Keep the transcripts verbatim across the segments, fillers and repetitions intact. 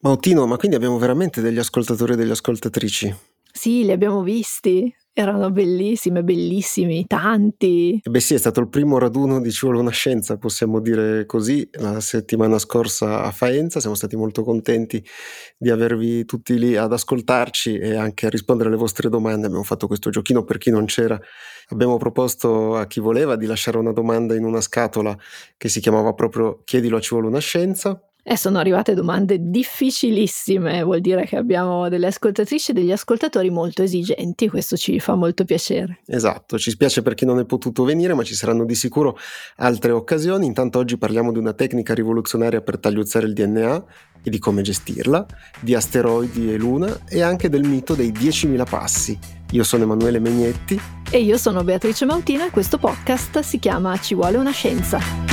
Mautino, ma quindi abbiamo veramente degli ascoltatori e delle ascoltatrici? Sì, li abbiamo visti, erano bellissime, bellissimi, tanti. E beh sì, è stato il primo raduno di Ci vuole una scienza, possiamo dire così, la settimana scorsa a Faenza. Siamo stati molto contenti di avervi tutti lì ad ascoltarci e anche a rispondere alle vostre domande. Abbiamo fatto questo giochino per chi non c'era. Abbiamo proposto a chi voleva di lasciare una domanda in una scatola che si chiamava proprio Chiedilo a Ci vuole una scienza. E sono arrivate domande difficilissime, vuol dire che abbiamo delle ascoltatrici e degli ascoltatori molto esigenti, questo ci fa molto piacere. Esatto, ci spiace per chi non è potuto venire, ma ci saranno di sicuro altre occasioni. Intanto oggi parliamo di una tecnica rivoluzionaria per tagliuzzare il D N A e di come gestirla, di asteroidi e luna e anche del mito dei diecimila passi. Io sono Emanuele Megnetti. E io sono Beatrice Mautina e questo podcast si chiama Ci vuole una scienza.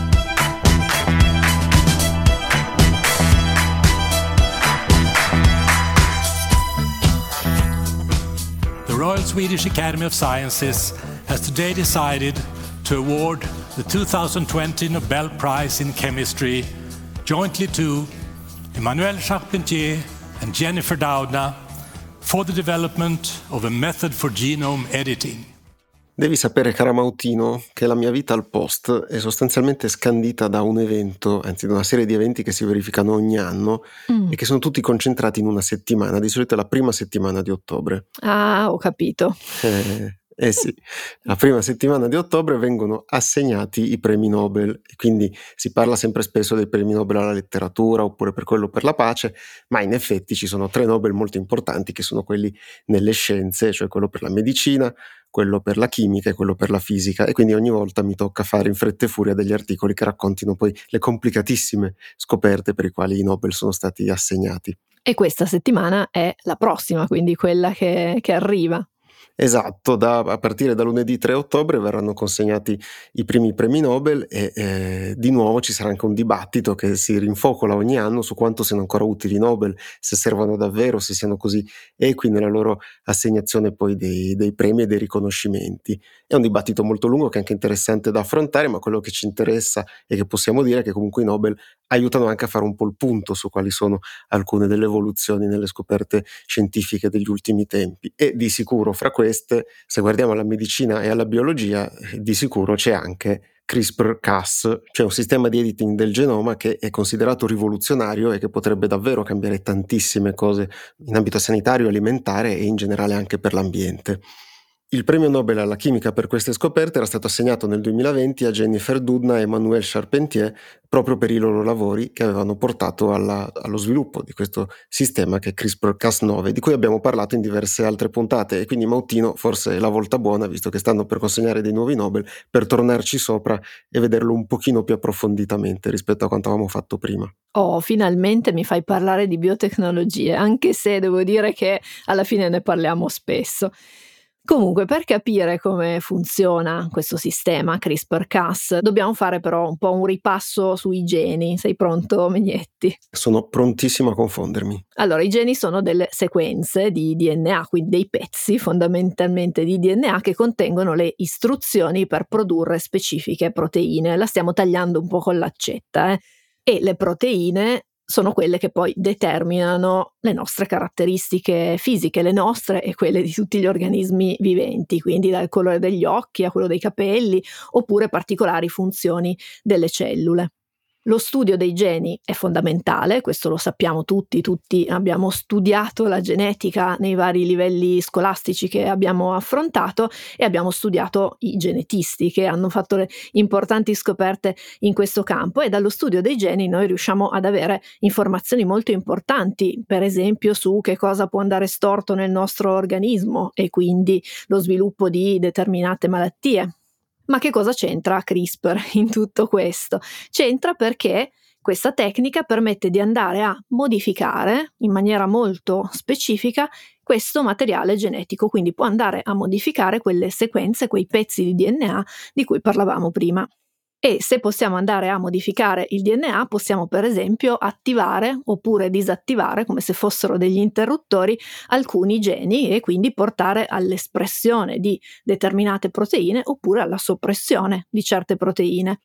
The Royal Swedish Academy of Sciences has today decided to award the two thousand twenty Nobel Prize in Chemistry jointly to Emmanuelle Charpentier and Jennifer Doudna for the development of a method for genome editing. Devi sapere, cara Mautino, che la mia vita al post è sostanzialmente scandita da un evento, anzi da una serie di eventi che si verificano ogni anno mm. e che sono tutti concentrati in una settimana, di solito è la prima settimana di ottobre. Ah, ho capito. Eh, eh sì, la prima settimana di ottobre vengono assegnati i premi Nobel e quindi si parla sempre spesso dei premi Nobel alla letteratura oppure per quello per la pace, ma in effetti ci sono tre Nobel molto importanti che sono quelli nelle scienze, cioè quello per la medicina, quello per la chimica e quello per la fisica, e quindi ogni volta mi tocca fare in fretta e furia degli articoli che raccontino poi le complicatissime scoperte per i quali i Nobel sono stati assegnati. E questa settimana è la prossima, quindi quella che, che arriva. Esatto, da, a partire da lunedì tre ottobre verranno consegnati i primi premi Nobel e eh, di nuovo ci sarà anche un dibattito che si rinfocola ogni anno su quanto siano ancora utili i Nobel, se servono davvero, se siano così equi nella loro assegnazione poi dei, dei premi e dei riconoscimenti. È un dibattito molto lungo che è anche interessante da affrontare, ma quello che ci interessa e che possiamo dire è che comunque i Nobel aiutano anche a fare un po' il punto su quali sono alcune delle evoluzioni nelle scoperte scientifiche degli ultimi tempi, e di sicuro fra queste, se guardiamo alla medicina e alla biologia, di sicuro c'è anche CRISPR-Cas, cioè un sistema di editing del genoma che è considerato rivoluzionario e che potrebbe davvero cambiare tantissime cose in ambito sanitario, alimentare e in generale anche per l'ambiente. Il premio Nobel alla chimica per queste scoperte era stato assegnato nel duemilaventi a Jennifer Doudna e Emmanuelle Charpentier proprio per i loro lavori che avevano portato alla, allo sviluppo di questo sistema che è CRISPR-Cas nove, di cui abbiamo parlato in diverse altre puntate, e quindi Mautino forse è la volta buona, visto che stanno per consegnare dei nuovi Nobel, per tornarci sopra e vederlo un pochino più approfonditamente rispetto a quanto avevamo fatto prima. Oh, finalmente mi fai parlare di biotecnologie, anche se devo dire che alla fine ne parliamo spesso. Comunque, per capire come funziona questo sistema CRISPR-Cas, dobbiamo fare però un po' un ripasso sui geni. Sei pronto, Megnetti? Sono prontissimo a confondermi. Allora, i geni sono delle sequenze di D N A, quindi dei pezzi fondamentalmente di D N A che contengono le istruzioni per produrre specifiche proteine. La stiamo tagliando un po' con l'accetta, eh? E le proteine sono quelle che poi determinano le nostre caratteristiche fisiche, le nostre e quelle di tutti gli organismi viventi, quindi dal colore degli occhi a quello dei capelli, oppure particolari funzioni delle cellule. Lo studio dei geni è fondamentale, questo lo sappiamo tutti, tutti abbiamo studiato la genetica nei vari livelli scolastici che abbiamo affrontato e abbiamo studiato i genetisti che hanno fatto le importanti scoperte in questo campo, e dallo studio dei geni noi riusciamo ad avere informazioni molto importanti, per esempio su che cosa può andare storto nel nostro organismo e quindi lo sviluppo di determinate malattie. Ma che cosa c'entra CRISPR in tutto questo? C'entra perché questa tecnica permette di andare a modificare in maniera molto specifica questo materiale genetico, quindi può andare a modificare quelle sequenze, quei pezzi di D N A di cui parlavamo prima. E se possiamo andare a modificare il D N A, possiamo per esempio attivare oppure disattivare, come se fossero degli interruttori, alcuni geni e quindi portare all'espressione di determinate proteine oppure alla soppressione di certe proteine.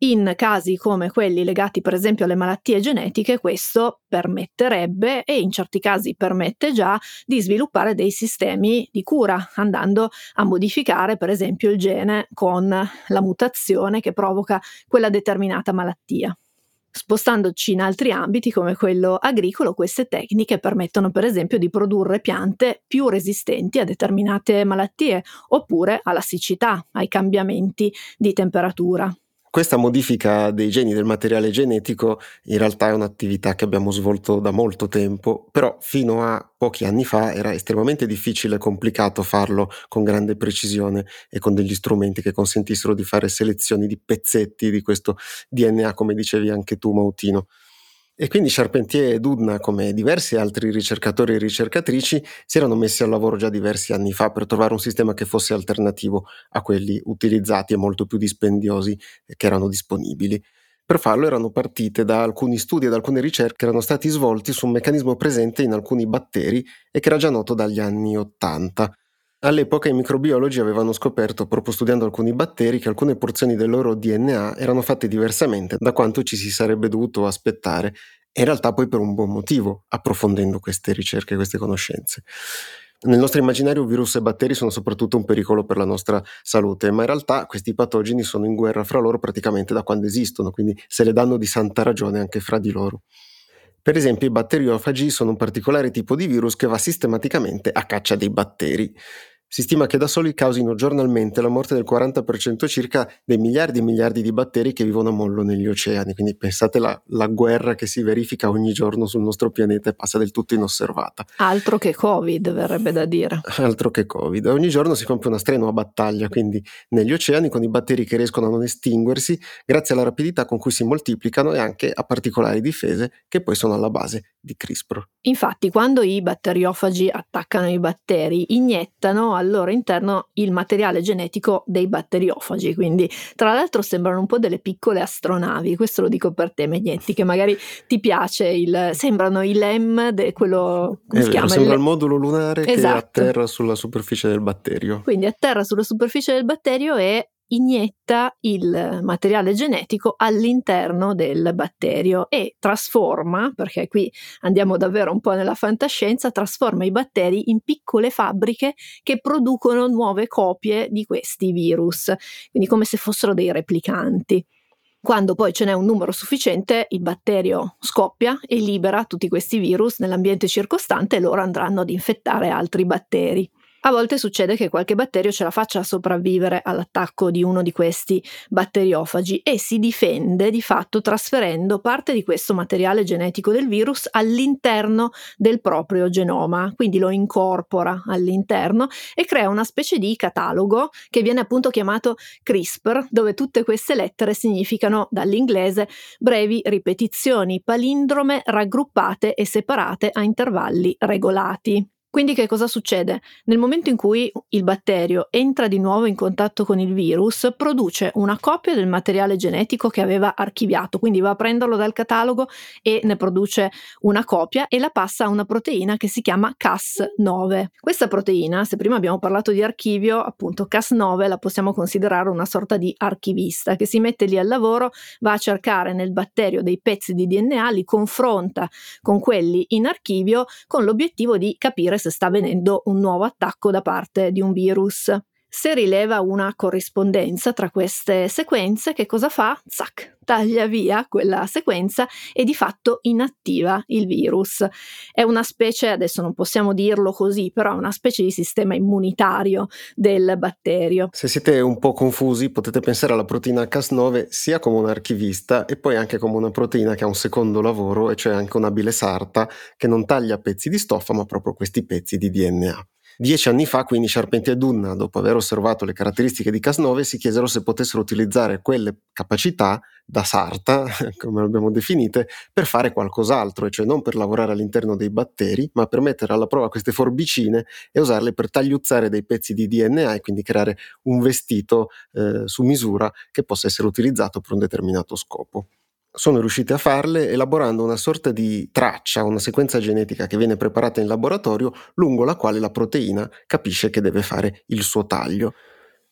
In casi come quelli legati per esempio alle malattie genetiche, questo permetterebbe, e in certi casi permette già, di sviluppare dei sistemi di cura, andando a modificare per esempio il gene con la mutazione che provoca quella determinata malattia. Spostandoci in altri ambiti come quello agricolo, queste tecniche permettono per esempio di produrre piante più resistenti a determinate malattie oppure alla siccità, ai cambiamenti di temperatura. Questa modifica dei geni del materiale genetico in realtà è un'attività che abbiamo svolto da molto tempo, però fino a pochi anni fa era estremamente difficile e complicato farlo con grande precisione e con degli strumenti che consentissero di fare selezioni di pezzetti di questo D N A, come dicevi anche tu, Mautino. E quindi Charpentier e Doudna, come diversi altri ricercatori e ricercatrici, si erano messi al lavoro già diversi anni fa per trovare un sistema che fosse alternativo a quelli utilizzati e molto più dispendiosi che erano disponibili. Per farlo erano partite da alcuni studi e da alcune ricerche che erano stati svolti su un meccanismo presente in alcuni batteri e che era già noto dagli anni Ottanta. All'epoca i microbiologi avevano scoperto, proprio studiando alcuni batteri, che alcune porzioni del loro D N A erano fatte diversamente da quanto ci si sarebbe dovuto aspettare, e in realtà poi per un buon motivo, approfondendo queste ricerche, queste conoscenze. Nel nostro immaginario virus e batteri sono soprattutto un pericolo per la nostra salute, ma in realtà questi patogeni sono in guerra fra loro praticamente da quando esistono, quindi se le danno di santa ragione anche fra di loro. Per esempio, i batteriofagi sono un particolare tipo di virus che va sistematicamente a caccia dei batteri. Si stima che da soli causino giornalmente la morte del quaranta per cento circa dei miliardi e miliardi di batteri che vivono a mollo negli oceani, quindi pensate la, la guerra che si verifica ogni giorno sul nostro pianeta e passa del tutto inosservata. Altro che Covid, verrebbe da dire. Altro che Covid. Ogni giorno si compie una strenua battaglia, quindi negli oceani, con i batteri che riescono a non estinguersi grazie alla rapidità con cui si moltiplicano e anche a particolari difese che poi sono alla base di CRISPR. Infatti, quando i batteriofagi attaccano i batteri, iniettano al loro interno il materiale genetico dei batteriofagi, quindi tra l'altro sembrano un po' delle piccole astronavi. Questo lo dico per te, Megnetti, che magari ti piace, il sembrano i L E M, de quello, come È si vero, chiama? sembra il, il modulo lunare esatto, che atterra sulla superficie del batterio. Quindi atterra sulla superficie del batterio e inietta il materiale genetico all'interno del batterio e trasforma, perché qui andiamo davvero un po' nella fantascienza, trasforma i batteri in piccole fabbriche che producono nuove copie di questi virus, quindi come se fossero dei replicanti. Quando poi ce n'è un numero sufficiente, il batterio scoppia e libera tutti questi virus nell'ambiente circostante e loro andranno ad infettare altri batteri. A volte succede che qualche batterio ce la faccia a sopravvivere all'attacco di uno di questi batteriofagi e si difende di fatto trasferendo parte di questo materiale genetico del virus all'interno del proprio genoma, quindi lo incorpora all'interno e crea una specie di catalogo che viene appunto chiamato CRISPR, dove tutte queste lettere significano, dall'inglese, brevi ripetizioni palindrome raggruppate e separate a intervalli regolati. Quindi che cosa succede? Nel momento in cui il batterio entra di nuovo in contatto con il virus, produce una copia del materiale genetico che aveva archiviato, quindi va a prenderlo dal catalogo e ne produce una copia e la passa a una proteina che si chiama C A S nove. Questa proteina, se prima abbiamo parlato di archivio, appunto C A S nove la possiamo considerare una sorta di archivista che si mette lì al lavoro, va a cercare nel batterio dei pezzi di D N A, li confronta con quelli in archivio con l'obiettivo di capire se sta avvenendo un nuovo attacco da parte di un virus. Se rileva una corrispondenza tra queste sequenze, che cosa fa? Zac, taglia via quella sequenza e di fatto inattiva il virus. È una specie, adesso non possiamo dirlo così, però è una specie di sistema immunitario del batterio. Se siete un po' confusi, potete pensare alla proteina C A S nove sia come un archivista e poi anche come una proteina che ha un secondo lavoro, e cioè anche una bile sarta che non taglia pezzi di stoffa ma proprio questi pezzi di D N A. Dieci anni fa, quindi, Charpentier e Doudna, dopo aver osservato le caratteristiche di C A S nove, si chiesero se potessero utilizzare quelle capacità da sarta, come le abbiamo definite, per fare qualcos'altro, e cioè non per lavorare all'interno dei batteri, ma per mettere alla prova queste forbicine e usarle per tagliuzzare dei pezzi di D N A e quindi creare un vestito eh, su misura che possa essere utilizzato per un determinato scopo. Sono riusciti a farle elaborando una sorta di traccia, una sequenza genetica che viene preparata in laboratorio lungo la quale la proteina capisce che deve fare il suo taglio.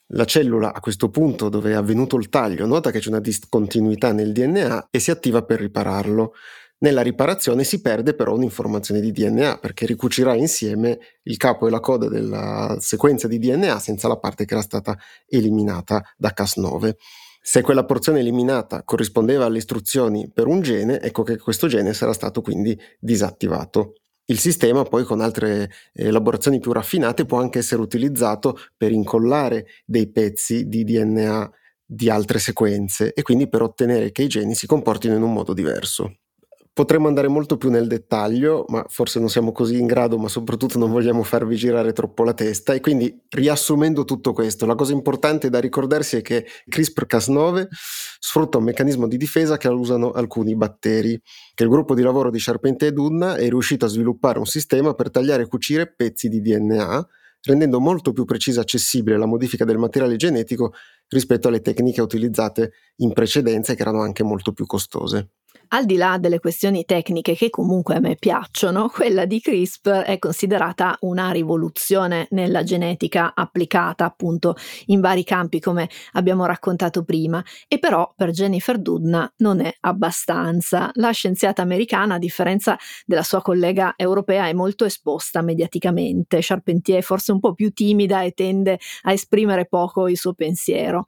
La cellula a questo punto, dove è avvenuto il taglio, nota che c'è una discontinuità nel D N A e si attiva per ripararlo. Nella riparazione si perde però un'informazione di D N A, perché ricucirà insieme il capo e la coda della sequenza di D N A senza la parte che era stata eliminata da Cas nove. Se quella porzione eliminata corrispondeva alle istruzioni per un gene, ecco che questo gene sarà stato quindi disattivato. Il sistema poi con altre elaborazioni più raffinate può anche essere utilizzato per incollare dei pezzi di D N A di altre sequenze e quindi per ottenere che i geni si comportino in un modo diverso. Potremmo andare molto più nel dettaglio, ma forse non siamo così in grado, ma soprattutto non vogliamo farvi girare troppo la testa. E quindi, riassumendo tutto questo, la cosa importante da ricordarsi è che CRISPR Cas nove sfrutta un meccanismo di difesa che usano alcuni batteri, che il gruppo di lavoro di Charpentier e Doudna è riuscito a sviluppare un sistema per tagliare e cucire pezzi di D N A, rendendo molto più precisa e accessibile la modifica del materiale genetico rispetto alle tecniche utilizzate in precedenza, che erano anche molto più costose. Al di là delle questioni tecniche che comunque a me piacciono, quella di CRISPR è considerata una rivoluzione nella genetica applicata appunto in vari campi, come abbiamo raccontato prima, e però per Jennifer Doudna non è abbastanza. La scienziata americana, a differenza della sua collega europea, è molto esposta mediaticamente. Charpentier è forse un po' più timida e tende a esprimere poco il suo pensiero.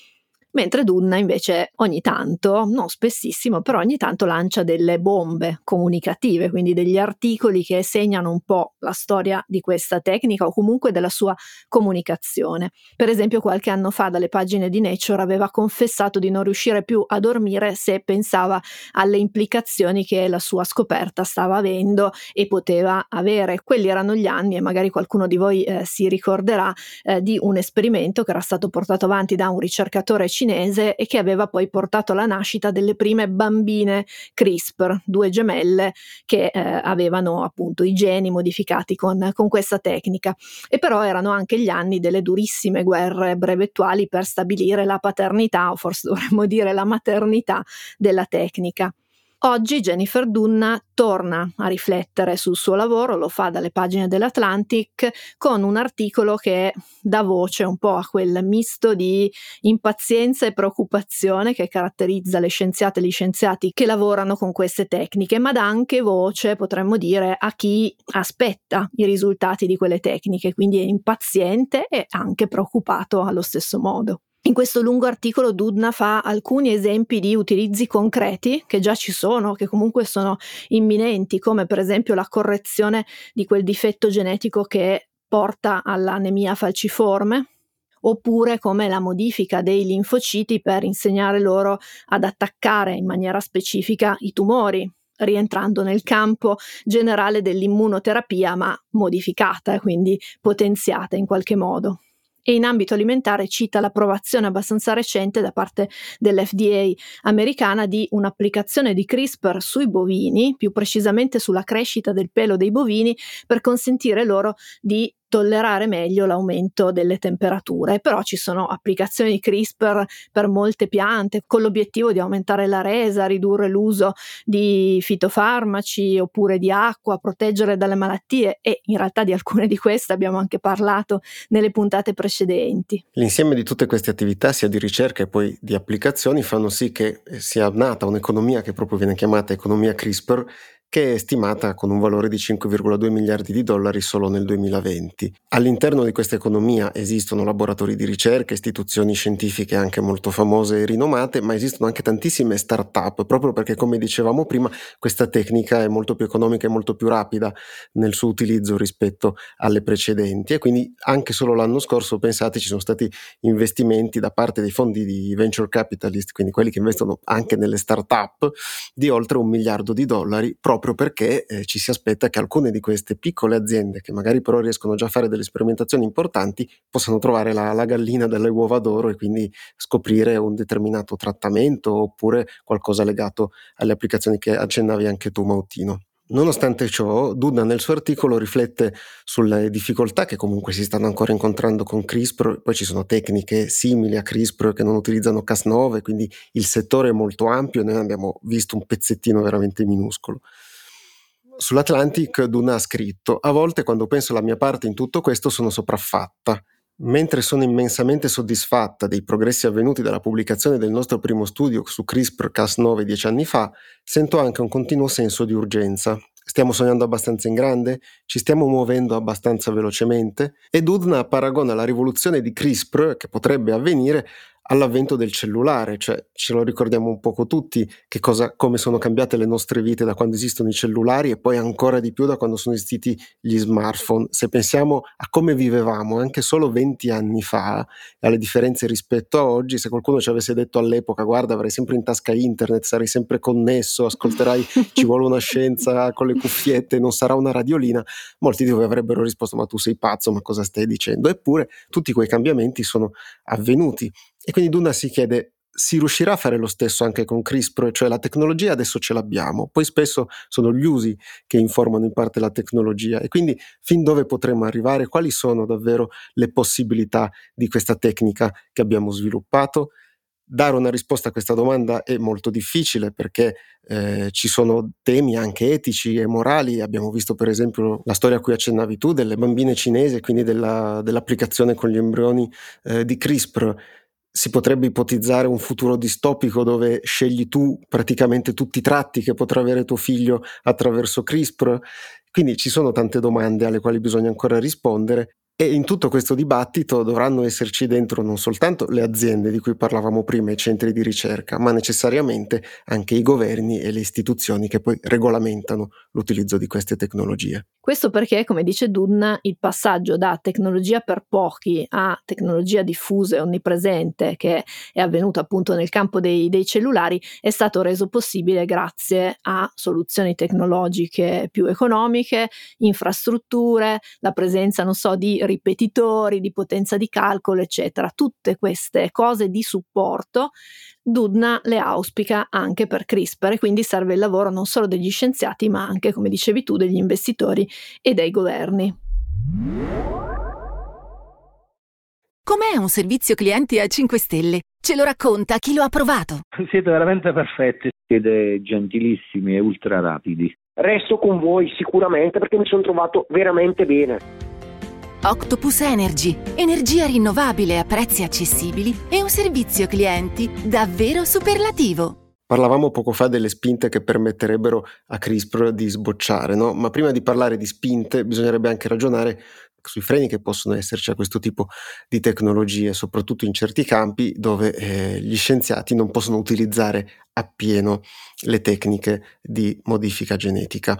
Mentre Doudna invece ogni tanto, non spessissimo, però ogni tanto lancia delle bombe comunicative, quindi degli articoli che segnano un po' la storia di questa tecnica o comunque della sua comunicazione. Per esempio, qualche anno fa dalle pagine di Nature aveva confessato di non riuscire più a dormire se pensava alle implicazioni che la sua scoperta stava avendo e poteva avere. Quelli erano gli anni, e magari qualcuno di voi eh, si ricorderà eh, di un esperimento che era stato portato avanti da un ricercatore cinese e che aveva poi portato alla nascita delle prime bambine CRISPR, due gemelle che eh, avevano appunto i geni modificati con, con questa tecnica. E però erano anche gli anni delle durissime guerre brevettuali per stabilire la paternità, o forse dovremmo dire la maternità della tecnica. Oggi Jennifer Doudna torna a riflettere sul suo lavoro, lo fa dalle pagine dell'Atlantic con un articolo che dà voce un po' a quel misto di impazienza e preoccupazione che caratterizza le scienziate e gli scienziati che lavorano con queste tecniche, ma dà anche voce, potremmo dire, a chi aspetta i risultati di quelle tecniche, quindi è impaziente e anche preoccupato allo stesso modo. In questo lungo articolo Doudna fa alcuni esempi di utilizzi concreti che già ci sono, che comunque sono imminenti, come per esempio la correzione di quel difetto genetico che porta all'anemia falciforme, oppure come la modifica dei linfociti per insegnare loro ad attaccare in maniera specifica i tumori, rientrando nel campo generale dell'immunoterapia, ma modificata, quindi potenziata in qualche modo. E in ambito alimentare cita l'approvazione abbastanza recente da parte dell'F D A americana di un'applicazione di CRISPR sui bovini, più precisamente sulla crescita del pelo dei bovini, per consentire loro di tollerare meglio l'aumento delle temperature. Però ci sono applicazioni di CRISPR per molte piante con l'obiettivo di aumentare la resa, ridurre l'uso di fitofarmaci oppure di acqua, proteggere dalle malattie, e in realtà di alcune di queste abbiamo anche parlato nelle puntate precedenti. L'insieme di tutte queste attività, sia di ricerca e poi di applicazioni, fanno sì che sia nata un'economia che proprio viene chiamata economia CRISPR, che è stimata con un valore di cinque virgola due miliardi di dollari solo nel duemilaventi. All'interno di questa economia esistono laboratori di ricerca, istituzioni scientifiche anche molto famose e rinomate, ma esistono anche tantissime start-up, proprio perché, come dicevamo prima, questa tecnica è molto più economica e molto più rapida nel suo utilizzo rispetto alle precedenti, e quindi anche solo l'anno scorso, pensate, ci sono stati investimenti da parte dei fondi di venture capitalist, quindi quelli che investono anche nelle start-up, di oltre un miliardo di dollari, proprio perché eh, ci si aspetta che alcune di queste piccole aziende, che magari però riescono già a fare delle sperimentazioni importanti, possano trovare la, la gallina delle uova d'oro e quindi scoprire un determinato trattamento oppure qualcosa legato alle applicazioni che accennavi anche tu, Mautino. Nonostante ciò, Doudna nel suo articolo riflette sulle difficoltà che comunque si stanno ancora incontrando con CRISPR. Poi ci sono tecniche simili a CRISPR che non utilizzano Cas nove, quindi il settore è molto ampio e noi abbiamo visto un pezzettino veramente minuscolo. Sull'Atlantic Doudna ha scritto: a volte quando penso alla mia parte in tutto questo sono sopraffatta. Mentre sono immensamente soddisfatta dei progressi avvenuti dalla pubblicazione del nostro primo studio su CRISPR Cas nove dieci anni fa, sento anche un continuo senso di urgenza. Stiamo sognando abbastanza in grande? Ci stiamo muovendo abbastanza velocemente? E Doudna paragona la rivoluzione di CRISPR, che potrebbe avvenire, all'avvento del cellulare, cioè ce lo ricordiamo un poco tutti che cosa, come sono cambiate le nostre vite da quando esistono i cellulari e poi ancora di più da quando sono esistiti gli smartphone. Se pensiamo a come vivevamo anche solo venti anni fa, alle differenze rispetto a oggi, se qualcuno ci avesse detto all'epoca guarda avrai sempre in tasca internet, sarai sempre connesso, ascolterai ci vuole una scienza con le cuffiette, non sarà una radiolina, molti di voi avrebbero risposto ma tu sei pazzo, ma cosa stai dicendo? Eppure tutti quei cambiamenti sono avvenuti. E quindi Doudna si chiede, si riuscirà a fare lo stesso anche con CRISPR? Cioè la tecnologia adesso ce l'abbiamo, poi spesso sono gli usi che informano in parte la tecnologia, e quindi fin dove potremo arrivare? Quali sono davvero le possibilità di questa tecnica che abbiamo sviluppato? Dare una risposta a questa domanda è molto difficile perché eh, ci sono temi anche etici e morali. Abbiamo visto per esempio la storia a cui accennavi tu delle bambine cinesi, quindi della, dell'applicazione con gli embrioni eh, di CRISPR. Si potrebbe ipotizzare un futuro distopico dove scegli tu praticamente tutti i tratti che potrà avere tuo figlio attraverso CRISPR. Quindi ci sono tante domande alle quali bisogna ancora rispondere, e in tutto questo dibattito dovranno esserci dentro non soltanto le aziende di cui parlavamo prima, i centri di ricerca, ma necessariamente anche i governi e le istituzioni che poi regolamentano l'utilizzo di queste tecnologie. Questo perché, come dice Doudna, il passaggio da tecnologia per pochi a tecnologia diffusa e onnipresente, che è avvenuto appunto nel campo dei, dei cellulari, è stato reso possibile grazie a soluzioni tecnologiche più economiche, infrastrutture, la presenza, non so, di ripetitori, di potenza di calcolo, eccetera. Tutte queste cose di supporto Doudna le auspica anche per CRISPR, e quindi serve il lavoro non solo degli scienziati ma anche, come dicevi tu, degli investitori e dei governi. Com'è un servizio clienti a cinque stelle? Ce lo racconta chi lo ha provato. Siete veramente perfetti, siete gentilissimi e ultra rapidi. Resto con voi sicuramente perché mi sono trovato veramente bene. Octopus Energy, energia rinnovabile a prezzi accessibili e un servizio clienti davvero superlativo. Parlavamo poco fa delle spinte che permetterebbero a CRISPR di sbocciare, no? Ma prima di parlare di spinte bisognerebbe anche ragionare sui freni che possono esserci a questo tipo di tecnologie, soprattutto in certi campi dove eh, gli scienziati non possono utilizzare appieno le tecniche di modifica genetica.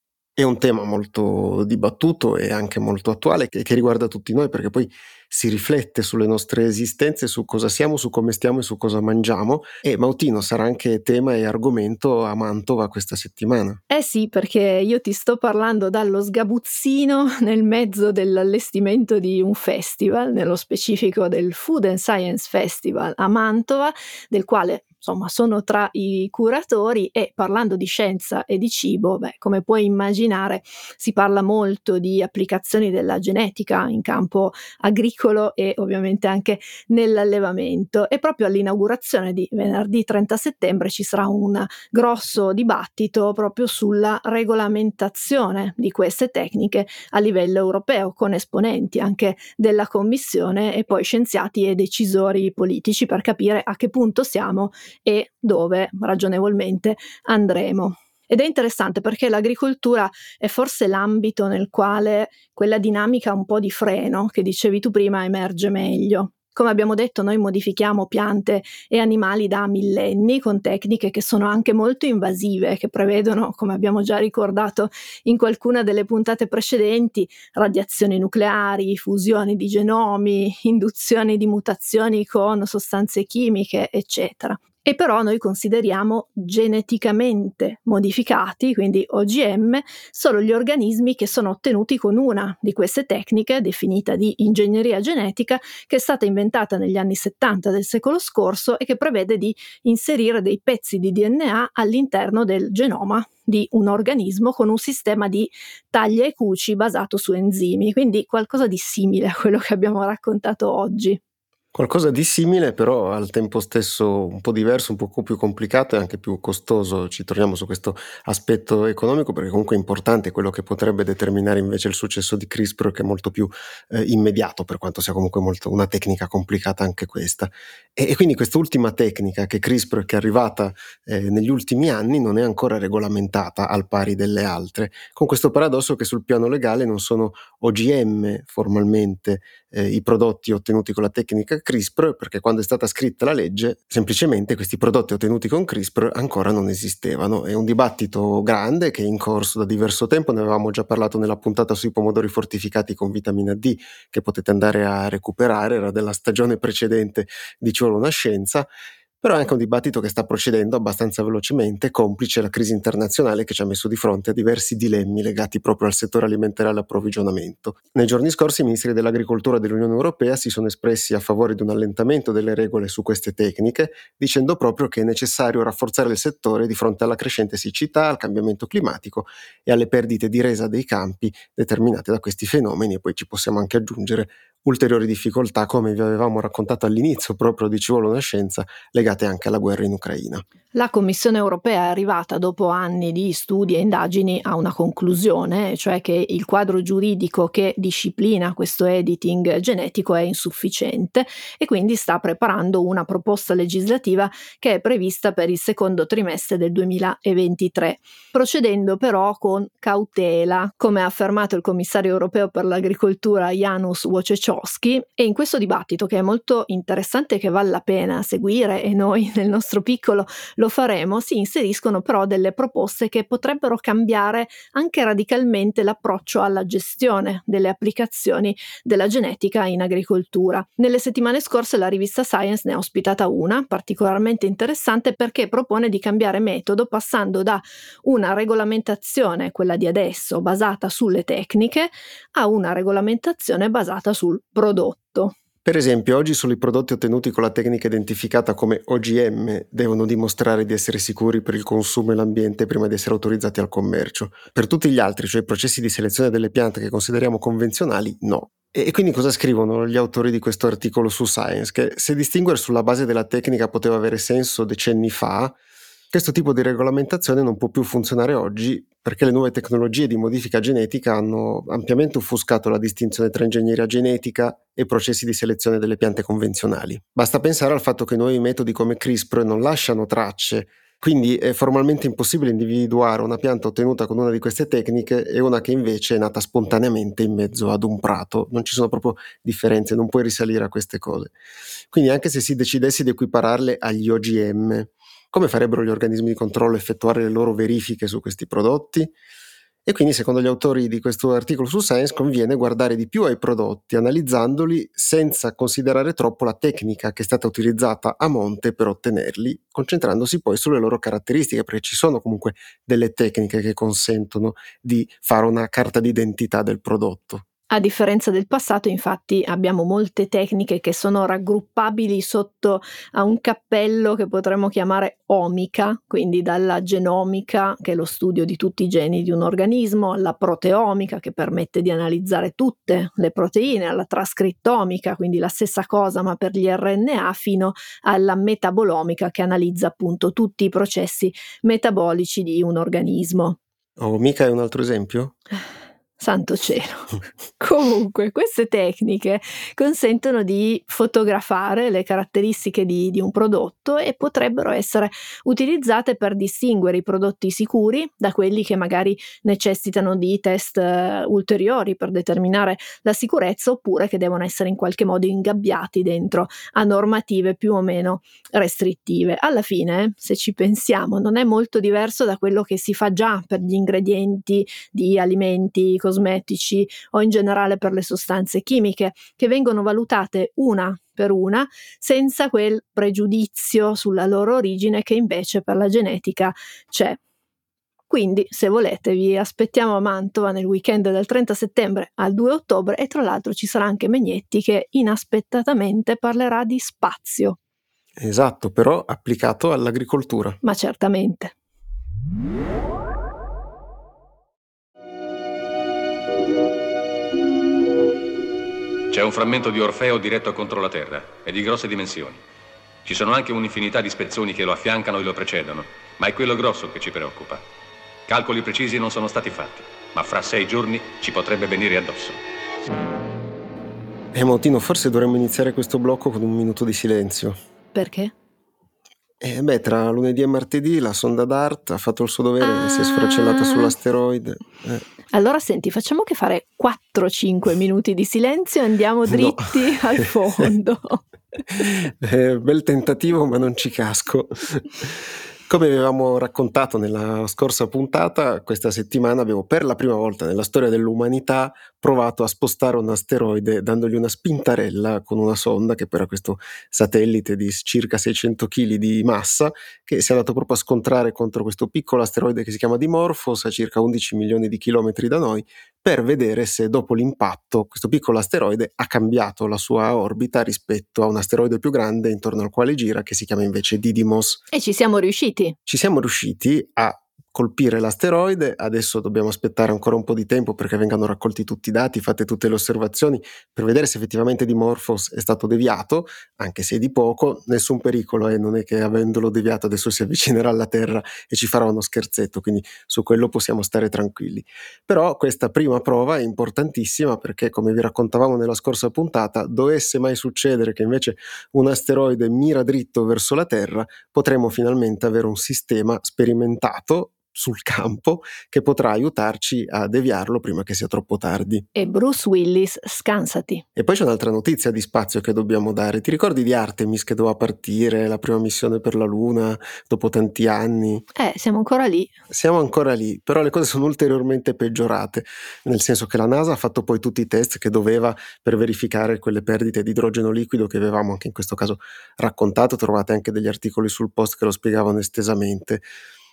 È un tema molto dibattuto e anche molto attuale che, che riguarda tutti noi, perché poi si riflette sulle nostre esistenze, su cosa siamo, su come stiamo e su cosa mangiamo, e Mautino sarà anche tema e argomento a Mantova questa settimana. Eh sì, perché io ti sto parlando dallo sgabuzzino nel mezzo dell'allestimento di un festival, nello specifico del Food and Science Festival a Mantova, del quale insomma sono tra i curatori, e parlando di scienza e di cibo, beh, come puoi immaginare si parla molto di applicazioni della genetica in campo agricolo e ovviamente anche nell'allevamento, e proprio all'inaugurazione di venerdì trenta settembre ci sarà un grosso dibattito proprio sulla regolamentazione di queste tecniche a livello europeo, con esponenti anche della Commissione e poi scienziati e decisori politici, per capire a che punto siamo e dove ragionevolmente andremo. Ed è interessante perché l'agricoltura è forse l'ambito nel quale quella dinamica un po' di freno che dicevi tu prima emerge meglio. Come abbiamo detto, noi modifichiamo piante e animali da millenni con tecniche che sono anche molto invasive, che prevedono, come abbiamo già ricordato in qualcuna delle puntate precedenti, radiazioni nucleari, fusioni di genomi, induzioni di mutazioni con sostanze chimiche, eccetera. E però noi consideriamo geneticamente modificati, quindi O G M, solo gli organismi che sono ottenuti con una di queste tecniche, definita di ingegneria genetica, che è stata inventata negli anni settanta del secolo scorso e che prevede di inserire dei pezzi di D N A all'interno del genoma di un organismo con un sistema di taglia e cuci basato su enzimi, quindi qualcosa di simile a quello che abbiamo raccontato oggi. Qualcosa di simile, però al tempo stesso un po' diverso, un poco più complicato e anche più costoso. Ci torniamo su questo aspetto economico perché comunque è importante, quello che potrebbe determinare invece il successo di CRISPR, che è molto più eh, immediato, per quanto sia comunque molto una tecnica complicata anche questa. E, e quindi quest'ultima tecnica, che CRISPR, che è arrivata eh, negli ultimi anni, non è ancora regolamentata al pari delle altre, con questo paradosso che sul piano legale non sono O G M formalmente eh, i prodotti ottenuti con la tecnica CRISPR, perché quando è stata scritta la legge semplicemente questi prodotti ottenuti con CRISPR ancora non esistevano. È un dibattito grande che è in corso da diverso tempo, ne avevamo già parlato nella puntata sui pomodori fortificati con vitamina D, che potete andare a recuperare, era della stagione precedente di Ci vuole una scienza. Però è anche un dibattito che sta procedendo abbastanza velocemente, complice la crisi internazionale che ci ha messo di fronte a diversi dilemmi legati proprio al settore alimentare e all'approvvigionamento. Nei giorni scorsi i ministri dell'agricoltura dell'Unione Europea si sono espressi a favore di un allentamento delle regole su queste tecniche, dicendo proprio che è necessario rafforzare il settore di fronte alla crescente siccità, al cambiamento climatico e alle perdite di resa dei campi determinate da questi fenomeni, e poi ci possiamo anche aggiungere ulteriori difficoltà, come vi avevamo raccontato all'inizio proprio di Ci vuole una scienza, legate anche alla guerra in Ucraina. La Commissione europea è arrivata dopo anni di studi e indagini a una conclusione, cioè che il quadro giuridico che disciplina questo editing genetico è insufficiente e quindi sta preparando una proposta legislativa che è prevista per il secondo trimestre del duemilaventitré, procedendo però con cautela, come ha affermato il commissario europeo per l'agricoltura Janusz Wojciechowski. E in questo dibattito, che è molto interessante e che vale la pena seguire, e noi nel nostro piccolo lo faremo, si inseriscono però delle proposte che potrebbero cambiare anche radicalmente l'approccio alla gestione delle applicazioni della genetica in agricoltura. Nelle settimane scorse la rivista Science ne ha ospitata una particolarmente interessante, perché propone di cambiare metodo, passando da una regolamentazione, quella di adesso, basata sulle tecniche, a una regolamentazione basata sul prodotto. Per esempio, oggi solo i prodotti ottenuti con la tecnica identificata come O G M devono dimostrare di essere sicuri per il consumo e l'ambiente prima di essere autorizzati al commercio. Per tutti gli altri, cioè i processi di selezione delle piante che consideriamo convenzionali, no. E quindi cosa scrivono gli autori di questo articolo su Science? Che se distinguere sulla base della tecnica poteva avere senso decenni fa, questo tipo di regolamentazione non può più funzionare oggi, perché le nuove tecnologie di modifica genetica hanno ampiamente offuscato la distinzione tra ingegneria genetica e processi di selezione delle piante convenzionali. Basta pensare al fatto che nuovi metodi come CRISPR non lasciano tracce, quindi è formalmente impossibile individuare una pianta ottenuta con una di queste tecniche e una che invece è nata spontaneamente in mezzo ad un prato. Non ci sono proprio differenze, non puoi risalire a queste cose. Quindi anche se si decidesse di equipararle agli O G M, come farebbero gli organismi di controllo a effettuare le loro verifiche su questi prodotti? E quindi, secondo gli autori di questo articolo su Science, conviene guardare di più ai prodotti, analizzandoli senza considerare troppo la tecnica che è stata utilizzata a monte per ottenerli, concentrandosi poi sulle loro caratteristiche, perché ci sono comunque delle tecniche che consentono di fare una carta d'identità del prodotto. A differenza del passato, infatti, abbiamo molte tecniche che sono raggruppabili sotto a un cappello che potremmo chiamare omica, quindi dalla genomica, che è lo studio di tutti i geni di un organismo, alla proteomica, che permette di analizzare tutte le proteine, alla trascrittomica, quindi la stessa cosa ma per gli R N A, fino alla metabolomica, che analizza appunto tutti i processi metabolici di un organismo. Omica è un altro esempio? Santo cielo. Comunque, queste tecniche consentono di fotografare le caratteristiche di, di un prodotto e potrebbero essere utilizzate per distinguere i prodotti sicuri da quelli che magari necessitano di test uh, ulteriori per determinare la sicurezza, oppure che devono essere in qualche modo ingabbiati dentro a normative più o meno restrittive. Alla fine, se ci pensiamo, non è molto diverso da quello che si fa già per gli ingredienti di alimenti, cosmetici o in generale per le sostanze chimiche, che vengono valutate una per una senza quel pregiudizio sulla loro origine che invece per la genetica c'è. Quindi, se volete, vi aspettiamo a Mantova nel weekend dal trenta settembre al due ottobre, e tra l'altro ci sarà anche Megnetti che inaspettatamente parlerà di spazio. Esatto, però applicato all'agricoltura. Ma certamente. C'è C'è un frammento di Orfeo diretto contro la Terra, è di grosse dimensioni. Ci sono anche un'infinità di spezzoni che lo affiancano e lo precedono, ma è quello grosso che ci preoccupa. Calcoli precisi non sono stati fatti, ma fra sei giorni ci potrebbe venire addosso. E Montino, forse dovremmo iniziare questo blocco con un minuto di silenzio. Perché? Eh beh, tra lunedì e martedì la sonda DART ha fatto il suo dovere ah. e si è sfracellata sull'asteroide. Eh. Allora senti, facciamo che fare quattro cinque minuti di silenzio e andiamo dritti no. al fondo. eh, bel tentativo, ma non ci casco. Come avevamo raccontato nella scorsa puntata, questa settimana abbiamo per la prima volta nella storia dell'umanità provato a spostare un asteroide dandogli una spintarella con una sonda, che era questo satellite di circa seicento chili di massa, che si è andato proprio a scontrare contro questo piccolo asteroide che si chiama Dimorphos a circa undici milioni di chilometri da noi, per vedere se dopo l'impatto questo piccolo asteroide ha cambiato la sua orbita rispetto a un asteroide più grande intorno al quale gira, che si chiama invece Didymos. E ci siamo riusciti. Ci siamo riusciti a colpire l'asteroide. Adesso dobbiamo aspettare ancora un po' di tempo perché vengano raccolti tutti i dati, fatte tutte le osservazioni per vedere se effettivamente Dimorphos è stato deviato, anche se di poco. Nessun pericolo, e eh? non è che avendolo deviato adesso si avvicinerà alla Terra e ci farà uno scherzetto, quindi su quello possiamo stare tranquilli. Però questa prima prova è importantissima perché, come vi raccontavamo nella scorsa puntata, dovesse mai succedere che invece un asteroide mira dritto verso la Terra, potremo finalmente avere un sistema sperimentato sul campo che potrà aiutarci a deviarlo prima che sia troppo tardi. E Bruce Willis, scansati. E poi c'è un'altra notizia di spazio che dobbiamo dare. Ti ricordi di Artemis che doveva partire, la prima missione per la Luna dopo tanti anni? Eh, siamo ancora lì. Siamo ancora lì, però le cose sono ulteriormente peggiorate, nel senso che la NASA ha fatto poi tutti i test che doveva per verificare quelle perdite di idrogeno liquido che avevamo anche in questo caso raccontato. Trovate anche degli articoli sul post che lo spiegavano estesamente.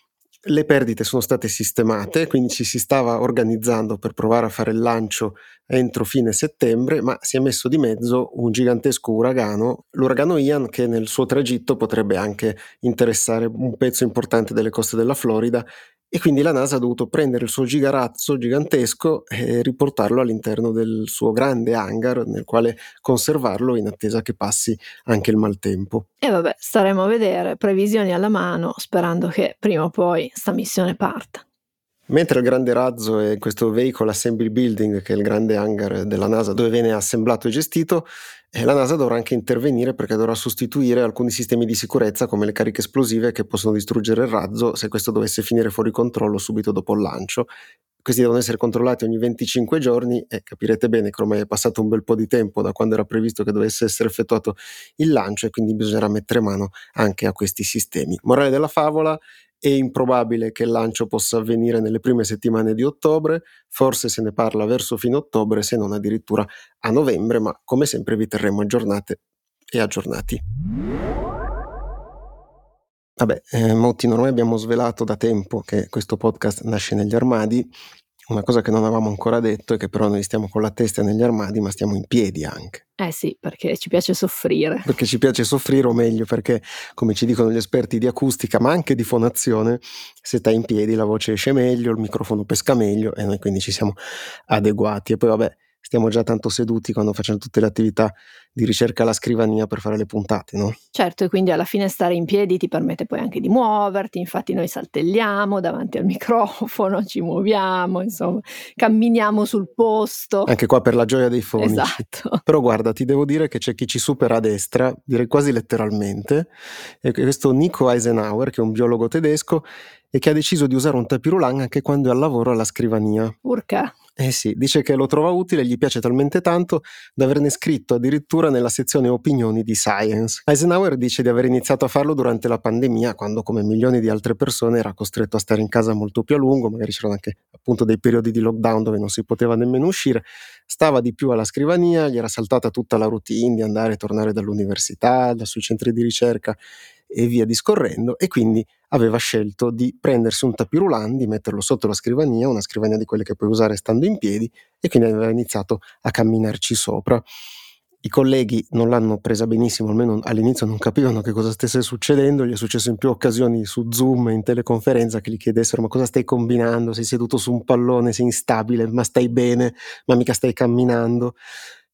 Le perdite sono state sistemate, quindi ci si stava organizzando per provare a fare il lancio entro fine settembre, ma si è messo di mezzo un gigantesco uragano, l'uragano Ian, che nel suo tragitto potrebbe anche interessare un pezzo importante delle coste della Florida, e quindi la NASA ha dovuto prendere il suo gigarazzo gigantesco e riportarlo all'interno del suo grande hangar, nel quale conservarlo in attesa che passi anche il maltempo. E vabbè, staremo a vedere, previsioni alla mano, sperando che prima o poi sta missione parta. Mentre il grande razzo è questo Vehicle Assembly Building, che è il grande hangar della NASA dove viene assemblato e gestito, eh, la NASA dovrà anche intervenire perché dovrà sostituire alcuni sistemi di sicurezza come le cariche esplosive che possono distruggere il razzo se questo dovesse finire fuori controllo subito dopo il lancio. Questi devono essere controllati ogni venticinque giorni e capirete bene che ormai è passato un bel po' di tempo da quando era previsto che dovesse essere effettuato il lancio, e quindi bisognerà mettere mano anche a questi sistemi. Morale della favola: è improbabile che il lancio possa avvenire nelle prime settimane di ottobre, forse se ne parla verso fine ottobre, se non addirittura a novembre, ma come sempre vi terremo aggiornate e aggiornati. Vabbè, eh, Mottino, noi abbiamo svelato da tempo che questo podcast nasce negli armadi. Una cosa che non avevamo ancora detto è che però noi stiamo con la testa negli armadi, ma stiamo in piedi anche. Eh sì, perché ci piace soffrire. Perché ci piace soffrire, o meglio perché, come ci dicono gli esperti di acustica, ma anche di fonazione, se stai in piedi la voce esce meglio, il microfono pesca meglio, e noi quindi ci siamo adeguati. E poi vabbè, stiamo già tanto seduti quando facciamo tutte le attività di ricerca alla scrivania per fare le puntate, no? Certo, e quindi alla fine stare in piedi ti permette poi anche di muoverti, infatti noi saltelliamo davanti al microfono, ci muoviamo, insomma, camminiamo sul posto. Anche qua per la gioia dei fonici. Esatto. Però guarda, ti devo dire che c'è chi ci supera a destra, direi quasi letteralmente, e questo Nico Eisenhower, che è un biologo tedesco e che ha deciso di usare un tapirulan anche quando è al lavoro alla scrivania. Urca. Eh sì, dice che lo trova utile, gli piace talmente tanto da averne scritto addirittura nella sezione opinioni di Science. Eisenhower dice di aver iniziato a farlo durante la pandemia, quando come milioni di altre persone era costretto a stare in casa molto più a lungo, magari c'erano anche appunto dei periodi di lockdown dove non si poteva nemmeno uscire, stava di più alla scrivania, gli era saltata tutta la routine di andare e tornare dall'università, da sui centri di ricerca e via discorrendo, e quindi aveva scelto di prendersi un tapirulan, di metterlo sotto la scrivania, una scrivania di quelle che puoi usare stando in piedi, e quindi aveva iniziato a camminarci sopra. I colleghi non l'hanno presa benissimo, almeno all'inizio non capivano che cosa stesse succedendo. Gli è successo in più occasioni su Zoom, in teleconferenza, che gli chiedessero: ma cosa stai combinando? Sei seduto su un pallone, sei instabile, ma stai bene, ma mica stai camminando.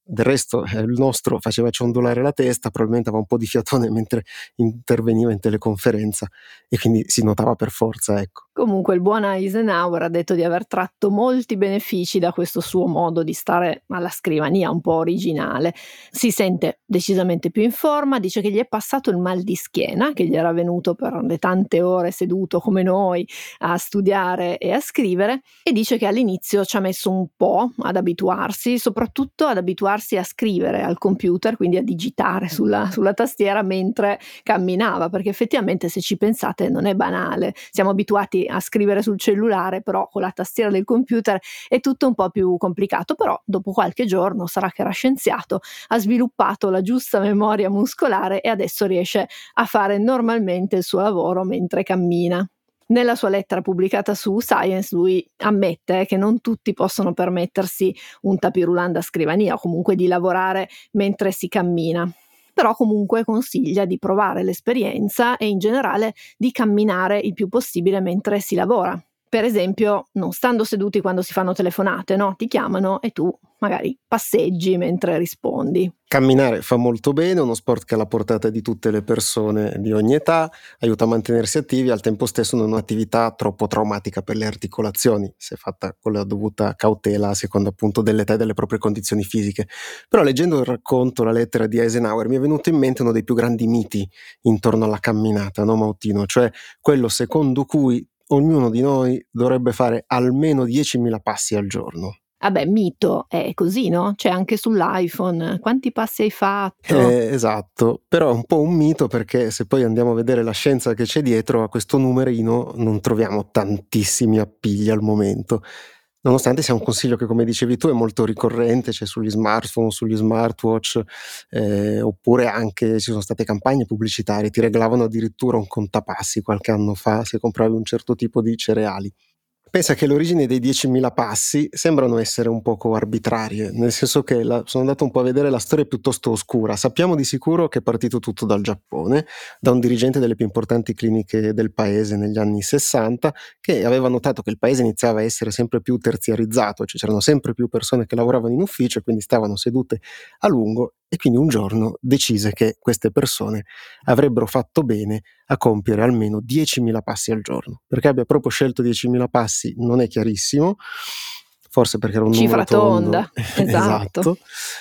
Del resto eh, il nostro faceva ciondolare la testa, probabilmente aveva un po' di fiatone mentre interveniva in teleconferenza e quindi si notava per forza, ecco. Comunque il buon Eisenhower ha detto di aver tratto molti benefici da questo suo modo di stare alla scrivania un po' originale. Si sente decisamente più in forma, dice che gli è passato il mal di schiena, che gli era venuto per le tante ore seduto come noi a studiare e a scrivere, e dice che all'inizio ci ha messo un po' ad abituarsi, soprattutto ad abituarsi a scrivere al computer, quindi a digitare sulla, sulla tastiera mentre camminava, perché effettivamente se ci pensate non è banale, siamo abituati a scrivere sul cellulare, però con la tastiera del computer è tutto un po' più complicato. Però dopo qualche giorno, sarà che era scienziato, ha sviluppato la giusta memoria muscolare e adesso riesce a fare normalmente il suo lavoro mentre cammina. Nella sua lettera pubblicata su Science lui ammette che non tutti possono permettersi un tapis-roulant da scrivania o comunque di lavorare mentre si cammina. Però comunque consiglia di provare l'esperienza e in generale di camminare il più possibile mentre si lavora. Per esempio, non stando seduti quando si fanno telefonate, no? Ti chiamano e tu magari passeggi mentre rispondi. Camminare fa molto bene, è uno sport che è alla portata di tutte le persone di ogni età, aiuta a mantenersi attivi, al tempo stesso non è un'attività troppo traumatica per le articolazioni, se fatta con la dovuta cautela a seconda appunto dell'età e delle proprie condizioni fisiche. Però leggendo il racconto, la lettera di Eisenhower, mi è venuto in mente uno dei più grandi miti intorno alla camminata, no Mautino? Cioè quello secondo cui ognuno di noi dovrebbe fare almeno diecimila passi al giorno. Vabbè, mito, è così, no? C'è anche sull'iPhone, quanti passi hai fatto? Eh, esatto, però è un po' un mito perché se poi andiamo a vedere la scienza che c'è dietro a questo numerino non troviamo tantissimi appigli al momento, nonostante sia un consiglio che, come dicevi tu, è molto ricorrente, c'è sugli smartphone, sugli smartwatch, eh, oppure anche ci sono state campagne pubblicitarie, ti regalavano addirittura un contapassi qualche anno fa se compravi un certo tipo di cereali. Pensa che le origini dei diecimila passi sembrano essere un poco arbitrarie, nel senso che la, sono andato un po' a vedere la storia piuttosto oscura. Sappiamo di sicuro che è partito tutto dal Giappone, da un dirigente delle più importanti cliniche del paese negli anni sessanta, che aveva notato che il paese iniziava a essere sempre più terziarizzato, cioè c'erano sempre più persone che lavoravano in ufficio e quindi stavano sedute a lungo, e quindi un giorno decise che queste persone avrebbero fatto bene a compiere almeno diecimila passi al giorno. Perché abbia proprio scelto diecimila passi non è chiarissimo, forse perché era un Cifra numero tondo. tonda, esatto. Esatto.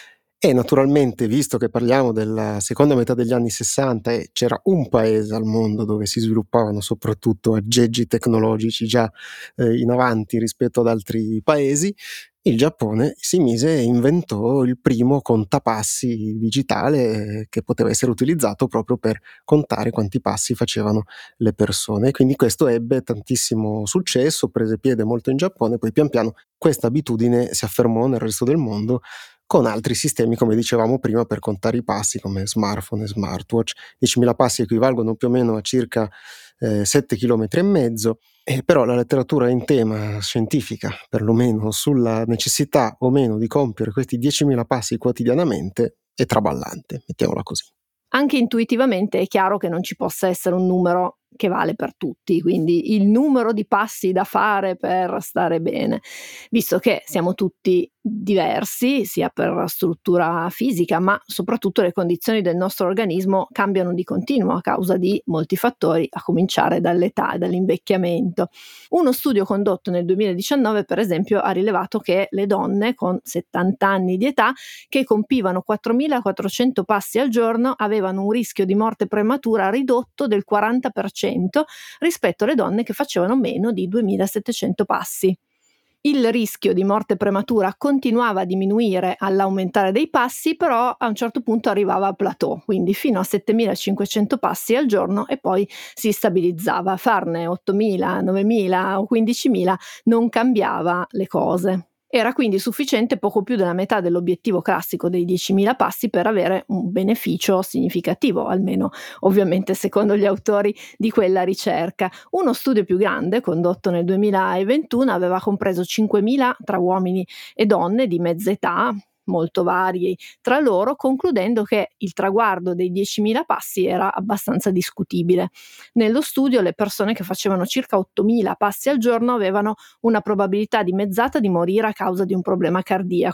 E naturalmente, visto che parliamo della seconda metà degli anni sessanta e c'era un paese al mondo dove si sviluppavano soprattutto aggeggi tecnologici già eh, in avanti rispetto ad altri paesi, il Giappone si mise e inventò il primo contapassi digitale che poteva essere utilizzato proprio per contare quanti passi facevano le persone. Quindi questo ebbe tantissimo successo, prese piede molto in Giappone, poi pian piano questa abitudine si affermò nel resto del mondo con altri sistemi, come dicevamo prima, per contare i passi come smartphone e smartwatch. diecimila passi equivalgono più o meno a circa eh, sette chilometri e mezzo. Eh, però la letteratura in tema scientifica, perlomeno sulla necessità o meno di compiere questi diecimila passi quotidianamente, è traballante, mettiamola così. Anche intuitivamente è chiaro che non ci possa essere un numero che vale per tutti, quindi il numero di passi da fare per stare bene, visto che siamo tutti diversi sia per struttura fisica, ma soprattutto le condizioni del nostro organismo cambiano di continuo a causa di molti fattori, a cominciare dall'età e dall'invecchiamento. Uno studio condotto nel duemiladiciannove, per esempio, ha rilevato che le donne con settanta anni di età che compivano quattromilaquattrocento passi al giorno avevano un rischio di morte prematura ridotto del quaranta per cento rispetto alle donne che facevano meno di duemilasettecento passi. Il rischio di morte prematura continuava a diminuire all'aumentare dei passi, però a un certo punto arrivava a plateau, quindi fino a settemilacinquecento passi al giorno e poi si stabilizzava. Farne ottomila, novemila o quindicimila non cambiava le cose. Era quindi sufficiente poco più della metà dell'obiettivo classico dei diecimila passi per avere un beneficio significativo, almeno ovviamente secondo gli autori di quella ricerca. Uno studio più grande, condotto nel duemilaventuno, aveva compreso cinquemila tra uomini e donne di mezza età, molto vari tra loro, concludendo che il traguardo dei diecimila passi era abbastanza discutibile. Nello studio le persone che facevano circa ottomila passi al giorno avevano una probabilità dimezzata di morire a causa di un problema cardiaco.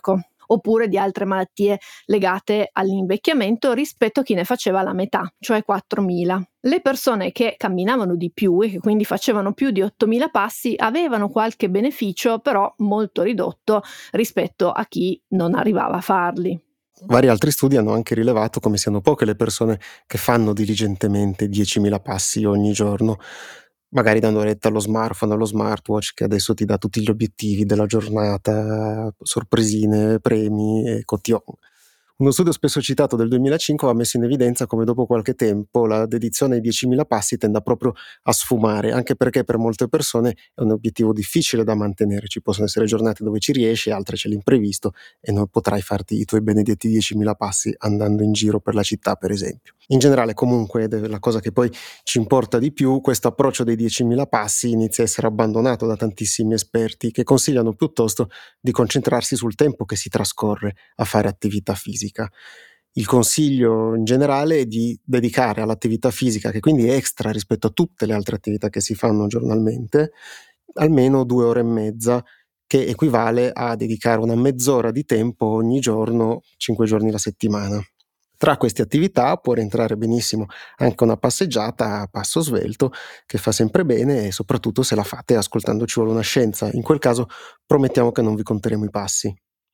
oppure di altre malattie legate all'invecchiamento rispetto a chi ne faceva la metà, cioè quattromila. Le persone che camminavano di più e che quindi facevano più di ottomila passi avevano qualche beneficio, però molto ridotto rispetto a chi non arrivava a farli. Vari altri studi hanno anche rilevato come siano poche le persone che fanno diligentemente diecimila passi ogni giorno, magari dando retta allo smartphone, allo smartwatch che adesso ti dà tutti gli obiettivi della giornata, sorpresine, premi e cotillon. Uno studio spesso citato del duemilacinque ha messo in evidenza come dopo qualche tempo la dedizione ai diecimila passi tenda proprio a sfumare, anche perché per molte persone è un obiettivo difficile da mantenere. Ci possono essere giornate dove ci riesci, altre c'è l'imprevisto e non potrai farti i tuoi benedetti diecimila passi andando in giro per la città, per esempio. In generale, comunque, ed è la cosa che poi ci importa di più, questo approccio dei diecimila passi inizia a essere abbandonato da tantissimi esperti che consigliano piuttosto di concentrarsi sul tempo che si trascorre a fare attività fisica. Il consiglio in generale è di dedicare all'attività fisica, che quindi è extra rispetto a tutte le altre attività che si fanno giornalmente, almeno due ore e mezza, che equivale a dedicare una mezz'ora di tempo ogni giorno, cinque giorni alla settimana. Tra queste attività può rientrare benissimo anche una passeggiata a passo svelto, che fa sempre bene, e soprattutto se la fate ascoltando Ci vuole una scienza. In quel caso promettiamo che non vi conteremo i passi.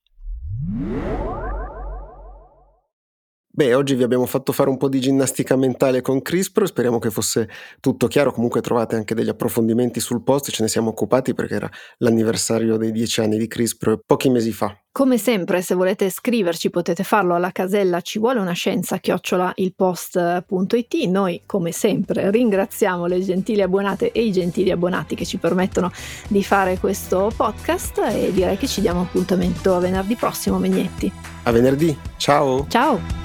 Beh, oggi vi abbiamo fatto fare un po' di ginnastica mentale con CRISPR, speriamo che fosse tutto chiaro. Comunque trovate anche degli approfondimenti sul post, ce ne siamo occupati perché era l'anniversario dei dieci anni di CRISPR pochi mesi fa. Come sempre, se volete scriverci potete farlo alla casella ci vuole una scienza chiocciola ilpost punto it. Noi, come sempre, ringraziamo le gentili abbonate e i gentili abbonati che ci permettono di fare questo podcast e direi che ci diamo appuntamento a venerdì prossimo, Megnetti. A venerdì, ciao! Ciao!